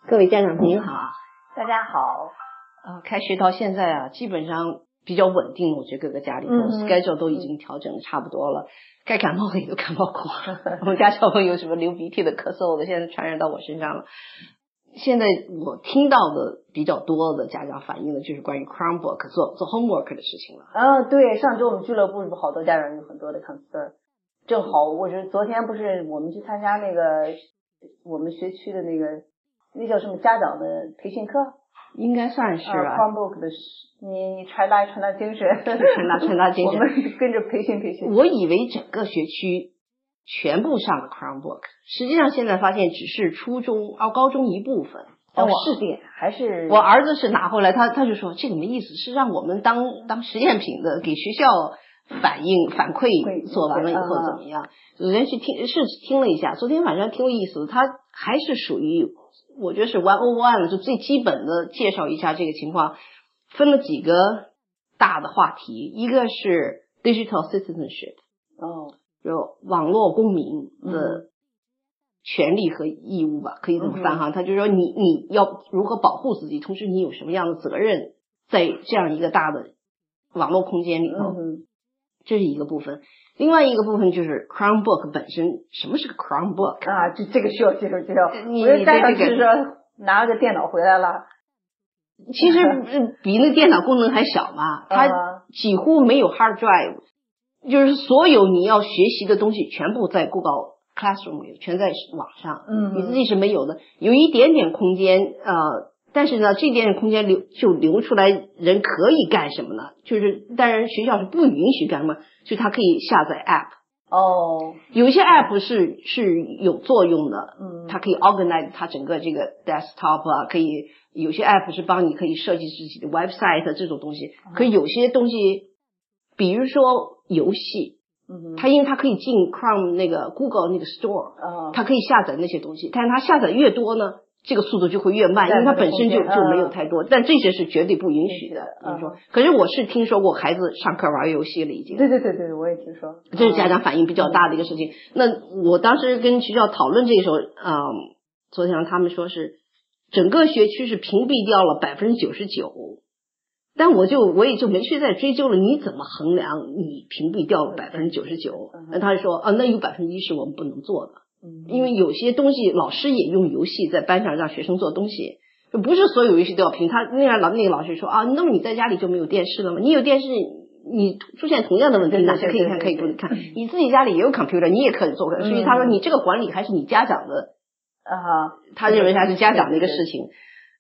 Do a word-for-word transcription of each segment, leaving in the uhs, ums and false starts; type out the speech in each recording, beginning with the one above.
各位家长朋友好啊！ 大家好。 呃，开学到现在啊，基本上比较稳定了。我觉得各个家里头、 嗯、 schedule 都已经调整的差不多了，该感冒的也都感冒过了。我们家小朋友什么流鼻涕的、咳嗽的，现在传染到我身上了。现在我听到的比较多的家长反映的就是关于 Chromebook 做做 homework 的事情了。 啊，对，上周我们俱乐部是不是好多家长有很多的 concern？ 正好我是昨天不是我们去参加那个我们学区的那个那叫什么家长的培训课， 应该算是啊。 uh, Chromebook 的，你你传达传达精神， 传达传达精神。 我们跟着培训培训。 我以为整个学区全部上了 Chromebook， 实际上现在发现只是初中、哦高中一部分。 哦，试点还是我儿子是拿回来，他他就说这个没意思，是让我们当当实验品的，给学校反映反馈，做完了以后怎么样？昨天去听是听了一下，昨天晚上挺有意思的，他还是属于我觉得是 one oh one 就最基本的介绍一下这个情况，分了几个大的话题，一个是 digital citizenship， 哦， 就网络公民的权利和义务吧，可以这么翻哈。他就说你你要如何保护自己，同时你有什么样的责任，在这样一个大的网络空间里头， 嗯， 这是一个部分。另外一个部分就是 Chromebook 本身，什么是个 Chromebook 啊？这这个需要介绍介绍。 你我家长就是说拿了个电脑回来了， 其实比那电脑功能还小嘛，它几乎没有 hard drive， 就是所有你要学习的东西全部在 Google Classroom 里，全在网上， 嗯， 你自己是没有的，有一点点空间，呃，但是呢，这一点点空间留就留出来，人可以干什么呢？就是当然学校是不允许干什么，就他可以下载 app。 哦， 有一些 app 是是有作用的， 嗯， 它可以 organize 它整个这个 desktop 啊，可以有些 app 是帮你可以设计自己的 website 这种东西，可以有些东西，比如说游戏。 嗯， 它因为它可以进 Chrome 那个 Google 那个 Store， 哦， 它可以下载那些东西，但是它下载越多呢，这个速度就会越慢，因为它本身就就没有太多，但这些是绝对不允许的。你说，可是我是听说过孩子上课玩游戏了已经。 对对对对，我也听说。 这是家长反应比较大的一个事情。那我当时跟学校讨论这个时候，嗯，昨天他们说是整个学区是屏蔽掉了百分之九十九。但我就我也就没去再追究了，你怎么衡量你屏蔽掉了百分之九十九？那他就说啊，那有百分之一是我们不能做的，因为有些东西老师也用游戏在班上让学生做东西，就不是所有游戏都要屏。他那样老那个老师说啊，那么你在家里就没有电视了吗？你有电视，你出现同样的问题，哪些可以看可以不能看？你自己家里也有 computer， 你也可以做。所以他说你这个管理还是你家长的啊， 他认为他是家长的一个事情。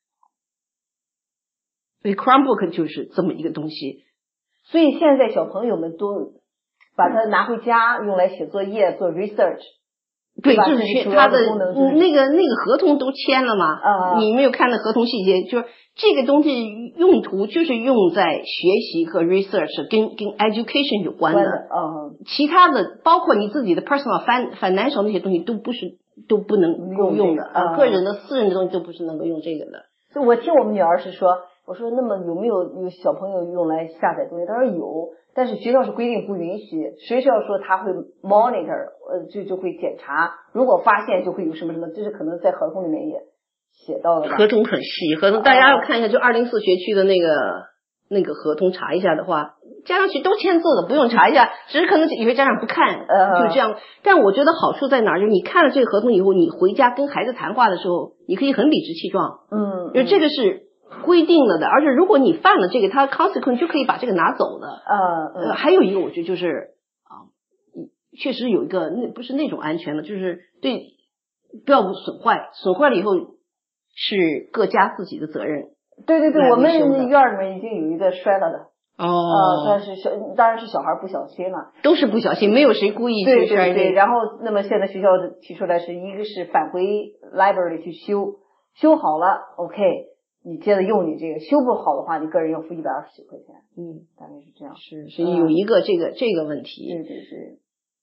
所以 Chromebook 就是这么一个东西， 所以现在小朋友们都把它拿回家用来写作业做 research。 对，就是他的那个那个合同都签了嘛， 啊， 你没有看到合同细节，就是这个东西用途就是用在学习和 research 跟跟 education 有关的， 嗯， 其他的包括你自己的 personal financial 那些东西都不是都不能够用的，啊，个人的私人的东西都不是能够用这个的。 所以我听我们女儿是说，我说那么有没有有小朋友用来下载东西？她说有，但是学校是规定不允许，学校说他会 monitor， 呃，就就会检查，如果发现就会有什么什么，这是可能在合同里面也写到的吧。 合同很细，合同大家要看一下，就二零四学区的那个那个合同查一下的话，家长去都签字的，不用查一下，只是可能有些家长不看， 呃， 就这样。但我觉得好处在哪儿？就是你看了这个合同以后，你回家跟孩子谈话的时候，你可以很理直气壮， 嗯， 就这个是规定了的，而且如果你犯了这个，他 consequence 就可以把这个拿走的。 呃， 呃，还有一个我觉得就是啊，确实有一个那不是那种安全的，就是对不要损坏，损坏了以后是各家自己的责任。 对对对，我们院里面已经有一个摔了的。 哦， 呃，但是小当然是小孩不小心了， 都是不小心，没有谁故意去摔。 对对对，然后那么现在学校提出来是一个是返回 library 去修，修好了 OK。你接着用你这个，修不好的话，你个人要付一百二十几块钱。嗯，大概是这样。 是，所以有一个这个、嗯、这个问题。 对对对，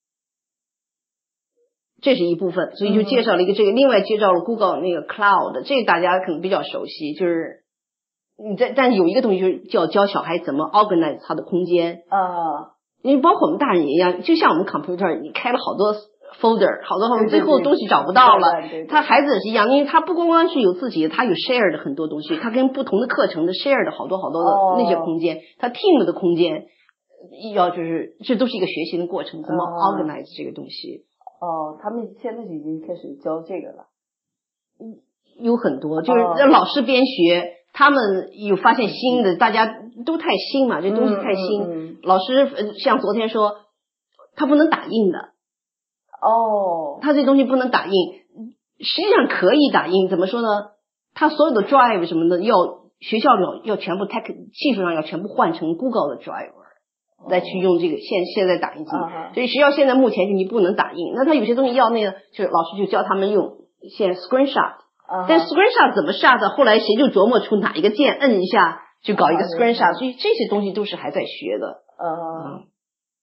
这是一部分，所以就介绍了一个这个，嗯、另外介绍了 Google 那个 Cloud， 这个大家可能比较熟悉，就是你在，但是有一个东西就是叫教小孩怎么 organize 他的空间啊。 因为包括我们大人也一样，就像我们 computer， 你开了好多 folder， 好多好多最后东西找不到了。 对对对， 他孩子也是一样，因为他不光光是有自己的，他有 share 的很多东西，他跟不同的课程的 share 的好多好多的那些空间，他 team 的空间，要就是这都是一个学习的过程，怎么 organize 这个东西。 哦，他们现在就已经开始教这个了。 有很多，就是让老师边学，他们有发现新的，大家都太新嘛，这东西太新。 嗯嗯嗯、 老师像昨天说，他不能打印的。 哦， 他这东西不能打印，实际上可以打印，怎么说呢？他所有的 drive 什么的，要学校要要全部 tech 技术上要全部换成 Google 的 driver，哦、来去用这个现现在打印机。Uh-huh. 所以学校现在目前你不能打印，那他有些东西要那个，就是老师就教他们用现在 screenshot。Uh-huh. 但 screenshot 怎么 shot？ 后来谁就琢磨出哪一个键摁一下就搞一个 screenshot，、uh-huh. 所以这些东西都是还在学的。 Uh-huh. 嗯。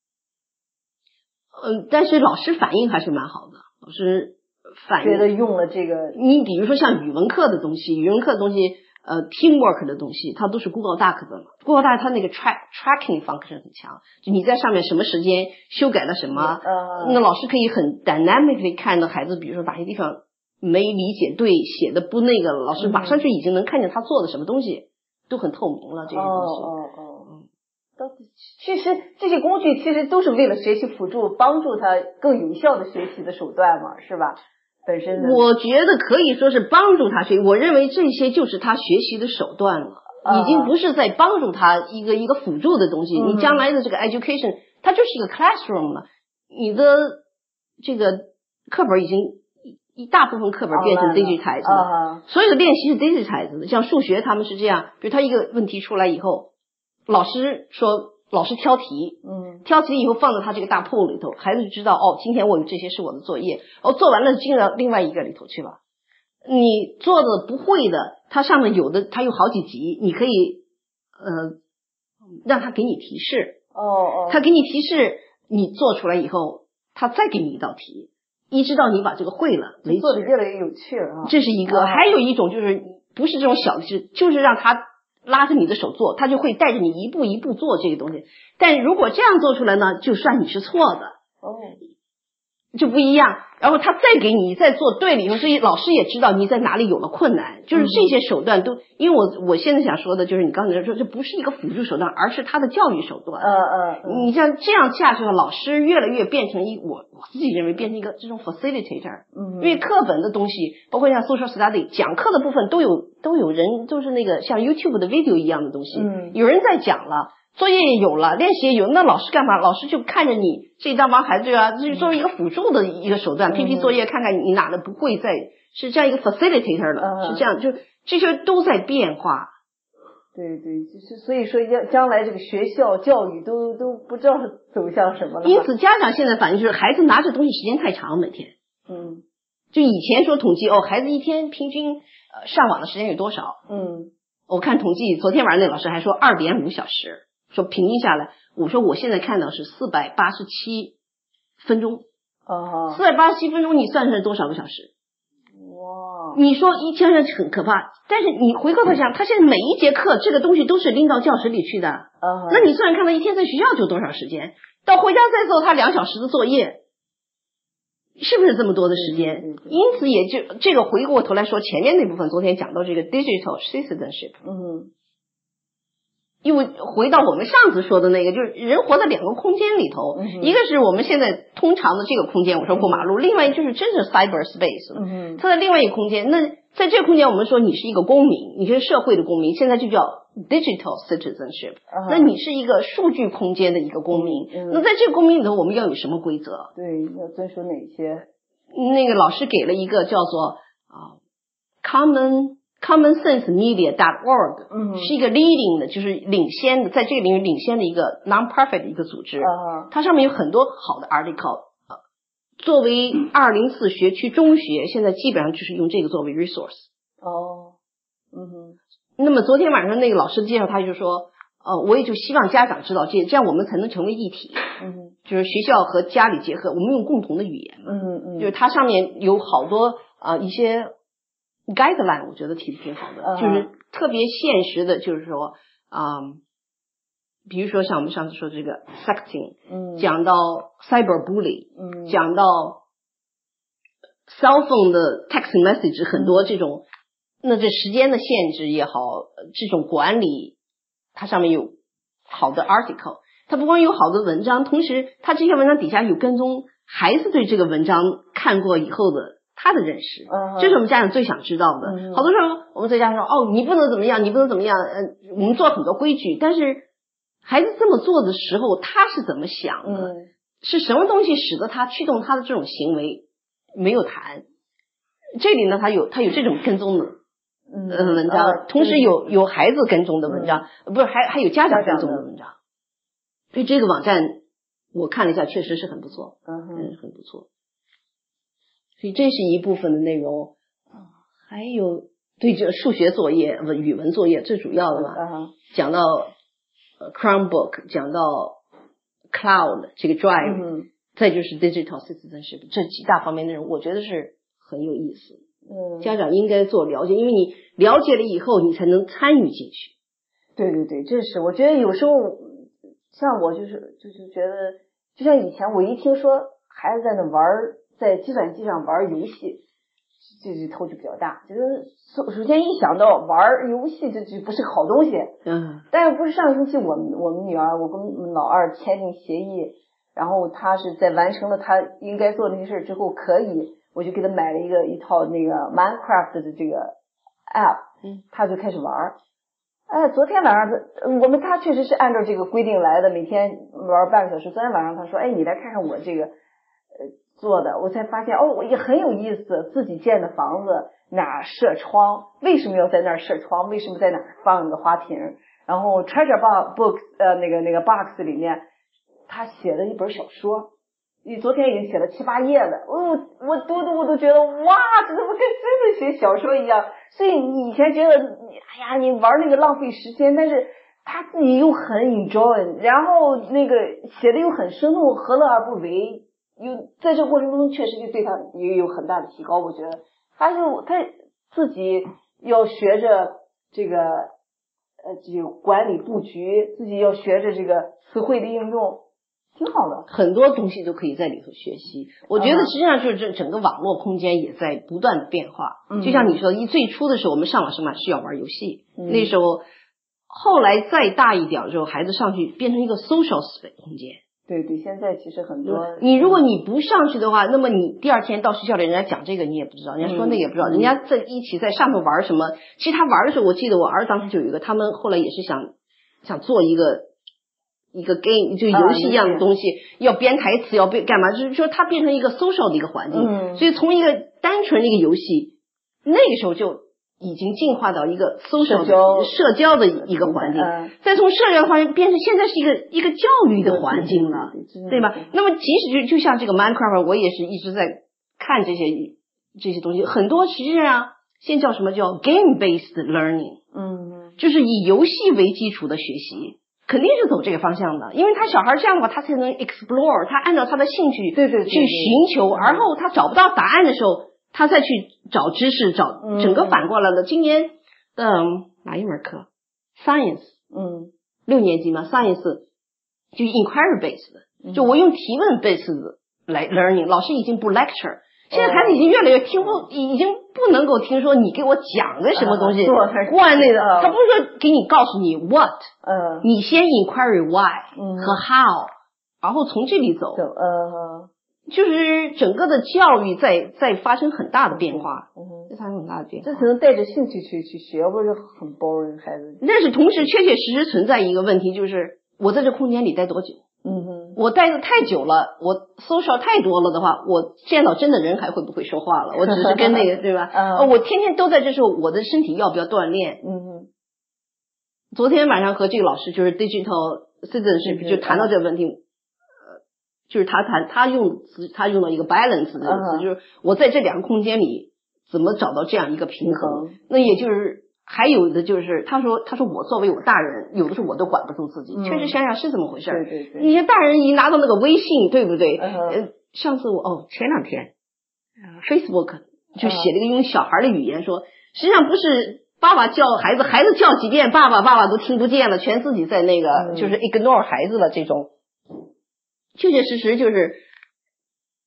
嗯，但是老师反应还是蛮好的，老师反应觉得用了这个， 你比如说像语文课的东西，语文课的东西，呃 ，teamwork 的东西，它都是 Google Doc 的嘛。Google Doc 它那个 track tracking function 很强，就你在上面什么时间修改了什么， 呃， 那老师可以很 dynamically 看到孩子，比如说哪些地方没理解对，写的不那个，老师马上就已经能看见他做的什么东西，都很透明了这些东西。 哦哦哦。其实这些工具其实都是为了学习辅助，帮助他更有效的学习的手段嘛，是吧？本身的我觉得可以说是帮助他学习，我认为这些就是他学习的手段了， 啊、 已经不是在帮助他一个一个辅助的东西。 嗯、 你将来的这个 education， 它就是一个 classroom 了，你的这个课本已经一大部分课本变成 digitized 了， 啊、 所有的练习是 digitized 的。像数学他们是这样，比如他一个问题出来以后，老师说。老师挑题， 嗯， 挑题以后放到他这个大 pool 里头，孩子就知道哦，今天我有这些是我的作业，哦，做完了进到另外一个里头去了。你做的不会的，它上面有的，它有好几级，你可以呃让他给你提示， 哦哦， 他给你提示，你做出来以后，他再给你一道题，一直到你把这个会了为止， 做的越来越有趣了啊。 这是一个， 啊、 还有一种就是不是这种小的，就是让他。拉着你的手做，他就会带着你一步一步做这个东西。但如果这样做出来呢，就算你是错的， 哦， 就不一样。然后他再给你再做对了以后，所以老师也知道你在哪里有了困难。就是这些手段都，因为我我现在想说的就是你刚才说，这不是一个辅助手段，而是他的教育手段。 嗯嗯嗯。 你像这样下去了，老师越来越变成一我我自己认为变成一个这种 facilitator。 嗯。 因为课本的东西，包括像 social study 讲课的部分都有都有人，就是那个像 YouTube 的 video 一样的东西， 嗯， 有人在讲了。作业也有了，练习也有，那老师干嘛？老师就看着你这张帮孩子啊，这作为一个辅助的一个手段，批批作业，看看你哪的不会在，是这样一个 facilitator 的， 嗯、 是这样，就这些都在变化。 对对，就是所以说将将来这个学校教育都都不知道是走向什么了。 因此，家长现在反映就是孩子拿着东西时间太长，每天。 嗯。 就以前说统计哦，孩子一天平均呃上网的时间有多少？ 嗯。 我看统计，昨天晚上那老师还说二点五小时。说平均下来，我说我现在看到是四百八十七分钟， 哦， 四百八十七分钟，你算是多少个小时？ 哇！ 你说一听上去很可怕，但是你回过头想，他现在每一节课这个东西都是拎到教室里去的， 哦， 那你算看他一天在学校就多少时间，到回家再做他两小时的作业，是不是这么多的时间？ 对对对， 因此也就这个回过头来说，前面那部分昨天讲到这个 digital citizenship， 嗯。 因为回到我们上次说的那个，就是人活在两个空间里头， 嗯、 一个是我们现在通常的这个空间，我说过马路，嗯、另外就是真是 cyberspace， 嗯， 它在另外一个空间。那在这个空间，我们说你是一个公民，你是社会的公民，现在就叫 digital citizenship， 嗯、 那你是一个数据空间的一个公民。 嗯、 那在这个公民里头，我们要有什么规则？ 对，要遵守哪些？ 那个老师给了一个叫做啊、uh, common。common sense media dot org， 嗯， 是一个 leading 的，就是领先的，在这个领域领先的一个 non-profit 的一个组织。 啊， 它上面有很多好的 article。作为二零四学区中学，现在基本上就是用这个作为 resource。 哦，嗯哼。 那么昨天晚上那个老师介绍，他就说，呃，我也就希望家长知道这，这样我们才能成为一体。 嗯， 就是学校和家里结合，我们用共同的语言。 嗯嗯。 就是它上面有好多啊、呃、一些。guideline 我觉得提的挺好的， uh-huh. 就是特别现实的，就是说啊、嗯，比如说像我们上次说的这个 sexting， 嗯， 讲到 cyberbully， 嗯， 讲到 cell phone 的 text message 很多这种，那这时间的限制也好，这种管理，它上面有好的 article， 它不光有好的文章，同时它这些文章底下有跟踪孩子对这个文章看过以后的他的认识， 嗯， 这是我们家长最想知道的。 嗯、 好多时候我们在家说，哦，你不能怎么样，你不能怎么样，呃，我们做很多规矩，但是孩子这么做的时候，他是怎么想的？ 嗯， 是什么东西使得他驱动他的这种行为？没有谈。这里呢，他有他有这种跟踪的呃文章， 嗯、 同时有有孩子跟踪的文章，嗯、不是还还有家长跟踪的文章。所以这个网站我看了一下，确实是很不错， 嗯哼， 嗯，很不错。所以这是一部分的内容，还有对这数学作业、语文作业最主要的嘛， 嗯、 讲到 Chromebook， 讲到 Cloud 这个 Drive， 嗯、 再就是 Digital Citizenship 这几大方面内容，我觉得是很有意思。 嗯， 家长应该做了解，因为你了解了以后，你才能参与进去。 对对对，这是我觉得有时候像我就是就是觉得，就像以前我一听说孩子在那玩，在计算机上玩游戏，这这头就比较大，就是首首先一想到玩游戏，这就不是个好东西。 嗯， 但是不是上个星期我们我们女儿，我跟老二签订协议，然后她是在完成了她应该做那些事之后，可以，我就给她买了一个一套那个 Minecraft 的这个 app， 嗯， 她就开始玩。哎，昨天晚上我们他确实是按照这个规定来的，每天玩半个小时。昨天晚上他说，哎，你来看看我这个呃做的，我才发现哦，也很有意思。自己建的房子哪儿设窗，为什么要在那儿设窗？为什么在哪儿放一个花瓶？然后 treasure box 呃那个那个 box 里面，他写了一本小说。你昨天已经写了七八页了，我我读读我都觉得哇，这怎么跟真的写小说一样？所以你以前觉得，哎呀，你玩那个浪费时间，但是他自己又很 enjoy， 然后那个写的又很生动，何乐而不为？又在这个过程中，确实就对他也有很大的提高。我觉得他就他自己要学着这个呃这个管理布局，自己要学着这个词汇的应用。挺好的， 很多东西都可以在里头学习。我觉得实际上就是这整个网络空间也在不断的变化。嗯、就像你说，一最初的时候我们上网是嘛是要玩游戏，嗯、那时候后来再大一点之后，孩子上去变成一个 social space 空间。 对对，现在其实很多。 你如果你不上去的话，那么你第二天到学校里，人家讲这个你也不知道，人家说那个也不知道，嗯、人家在一起在上面玩什么。其实他玩的时候，我记得我儿子当时就有一个，他们后来也是想想做一个。一个 game 就游戏一样的东西，啊、要编台词，要编干嘛？就是说它变成一个 social 的一个环境， 嗯、 所以从一个单纯的一个游戏，那个时候就已经进化到一个 social 的社交的一个环境， 嗯、 再从社交环境变成现在是一个一个教育的环境了， 对, 对, 对, 对吧？那么即使就就像这个 Minecraft， 我也是一直在看这些这些东西，很多实际上现在叫什么叫 game based learning， 嗯， 就是以游戏为基础的学习。肯定是走这个方向的，因为他小孩这样的话，他才能 explore， 他按照他的兴趣对对对去寻求，而后他找不到答案的时候，他再去找知识，找整个反过来了。嗯、今年的、嗯、哪一门课 ？Science， 嗯， 六年级嘛 ，Science 就 inquiry based 的，就我用提问 based 来 learning， 老师已经不 lecture。现在孩子已经越来越听不，已经不能够听说你给我讲的什么东西，万类的，他不是说给你告诉你 what， 嗯， 你先 inquiry why 嗯和 how， 然后从这里走， 走，嗯， 就是整个的教育在在发生很大的变化， 嗯， 在发生很大的变化， 这才能带着兴趣去去学，不是很 boring 孩子。 但是同时确确实实存在一个问题，就是我在这空间里待多久？ 嗯哼， 我待的太久了，我 social 太多了的话，我见到真的人还会不会说话了？我只是跟那个对吧？ 嗯、 呃，我天天都在这时候，我的身体要不要锻炼？ 嗯哼。 昨天晚上和这个老师就是 digital citizenship 就谈到这个问题，呃，就是他谈他用词，他用了一个 balance 这个词， 嗯、 就是我在这两个空间里怎么找到这样一个平衡？ 嗯、 那也就是。还有的就是他说他说我作为我大人有的时候我都管不住自己， 嗯、 确实想想是这么回事。 对对对， 你些大人一拿到那个微信，对不对？ 嗯、 呃，上次我哦前两天、呃、Facebook 就写了一个用小孩的语言说，实际上不是爸爸叫孩子，孩子叫几遍爸爸爸爸都听不见了，全自己在那个、 嗯、 就是 ignore 孩子了，这种确确实实就是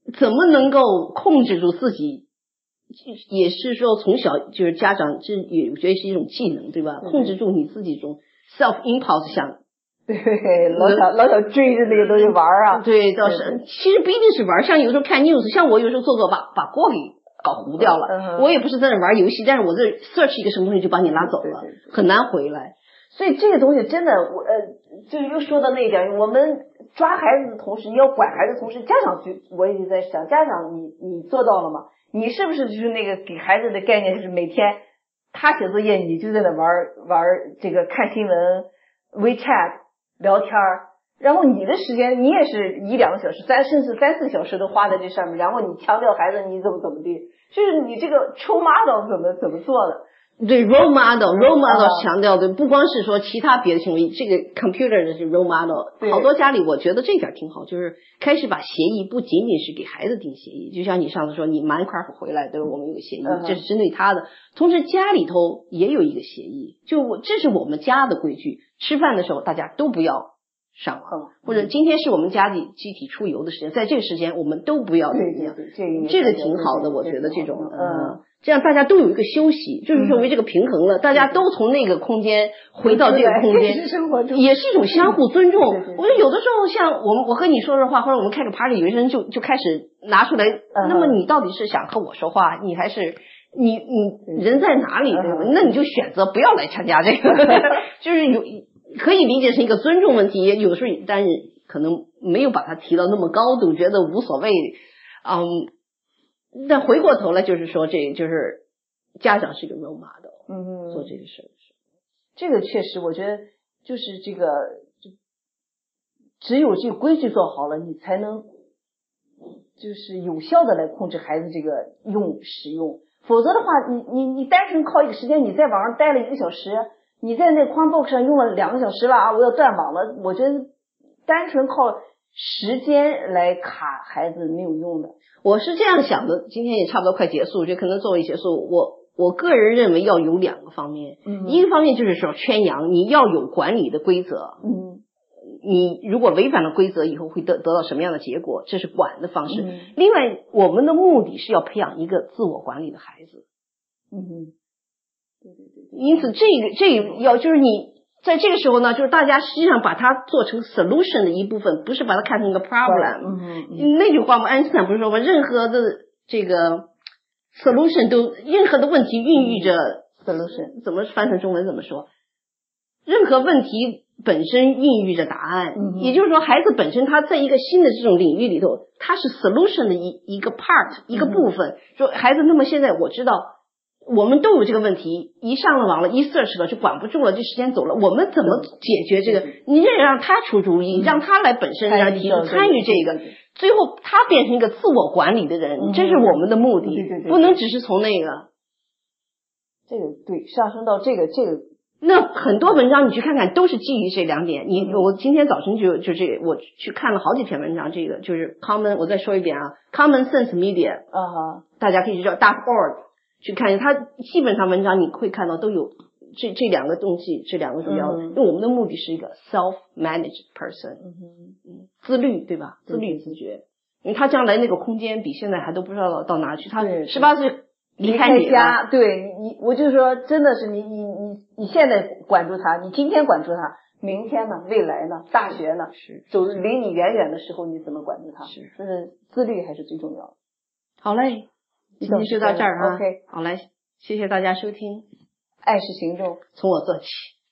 怎么能够控制住自己，也是说从小就是家长这也我觉得是一种技能，对吧？ 对对控制住你自己这种 self impulse 想。 对，老想老想追着那个东西玩啊。 对，倒是，其实不一定是玩，像有时候看 news， 像我有时候做做把把锅给搞糊掉了， 嗯、 我也不是在那玩游戏，但是我这 search 一个什么东西就把你拉走了， 对对对对， 很难回来。 所以这个东西真的，我呃，就是又说到那一点，我们抓孩子的同时，你要管孩子的同时，家长就我一直在想，家长你你做到了吗？你是不是就是那个给孩子的概念，就是每天他写作业，你就在那玩玩这个看新闻 WeChat 聊天儿，然后你的时间你也是一两个小时，三甚至三四小时都花在这上面，然后你强调孩子你怎么怎么地，就是你这个抽 model 怎么怎么做的。 对 role model role model 强调的不光是说其他别的行为，这个 computer 的是 role model， 好多家里我觉得这点挺好，就是开始把协议不仅仅是给孩子定协议，就像你上次说你 Minecraft 回来，对吧？我们有个协议，这是针对他的，同时家里头也有一个协议，就我这是我们家的规矩，吃饭的时候大家都不要上网，或者今天是我们家里集体出游的时间，在这个时间我们都不要怎么样，这个挺好的，我觉得这种嗯。这样大家都有一个休息，就是说为这个平衡了，大家都从那个空间回到这个空间，也是一种相互尊重。我觉得有的时候像我们我和你说说话，或者我们开个 party， 有些人就就开始拿出来，那么你到底是想和我说话，你还是你你人在哪里？那你就选择不要来参加这个，就是有可以理解成一个尊重问题，有时候但是可能没有把它提到那么高度，觉得无所谓，嗯。但回过头来就是说，这就是家长是一个 role model， 嗯，做这个事儿， 这个确实，我觉得就是这个，就只有这个规矩做好了，你才能就是有效的来控制孩子这个用使用。否则的话，你你你单纯靠一个时间，你在网上待了一个小时，你在那 Chromebook 上用了两个小时了啊，我要断网了，我觉得单纯靠时间来卡孩子没有用的。 我是这样想的，今天也差不多快结束，就可能作为结束，我我个人认为要有两个方面，嗯，一个方面就是说圈养，你要有管理的规则，嗯，你如果违反了规则以后会得得到什么样的结果，这是管的方式。嗯、另外，我们的目的是要培养一个自我管理的孩子，嗯，对对对，因此这个这个要就是你。在这个时候呢，就是大家实际上把它做成 solution 的一部分，不是把它看成一个 problem。嗯嗯。那句话嘛，爱因斯坦不是说吗？任何的这个 solution 都，任何的问题孕育着 solution， 怎么翻成中文怎么说？任何问题本身孕育着答案。嗯。也就是说，孩子本身他在一个新的这种领域里头，他是 solution 的一一个 part， 一个部分。说孩子，那么现在我知道。我们都有这个问题，一上了网了，一 search 了就管不住了，这时间走了，我们怎么解决这个？你得让他出主意，让他来本身让提出参与这个，最后他变成一个自我管理的人，这是我们的目的，不能只是从那个。 这个对，上升到这个这个， 那很多文章你去看看，都是基于这两点。你我今天早晨就就这个，我去看了好几篇文章，这个就是 common， 我再说一遍啊 ，common sense media， 啊哈，大家可以去叫 dot org。去看它基本上文章你会看到都有这这两个东西，这两个主要的，因为我们的目的是一个 self-managed person， 嗯，自律对吧？自律自觉，因为他将来那个空间比现在还都不知道到哪去，他十八岁离开你家，对你，我就说真的是你你你你现在管住他，你今天管住他，明天呢，未来呢，大学呢，是走离你远远的时候，你怎么管住他？是，就是自律还是最重要的。 好嘞。今天就到这儿啊 ，OK， 好嘞，谢谢大家收听， 爱是行动， 从我做起。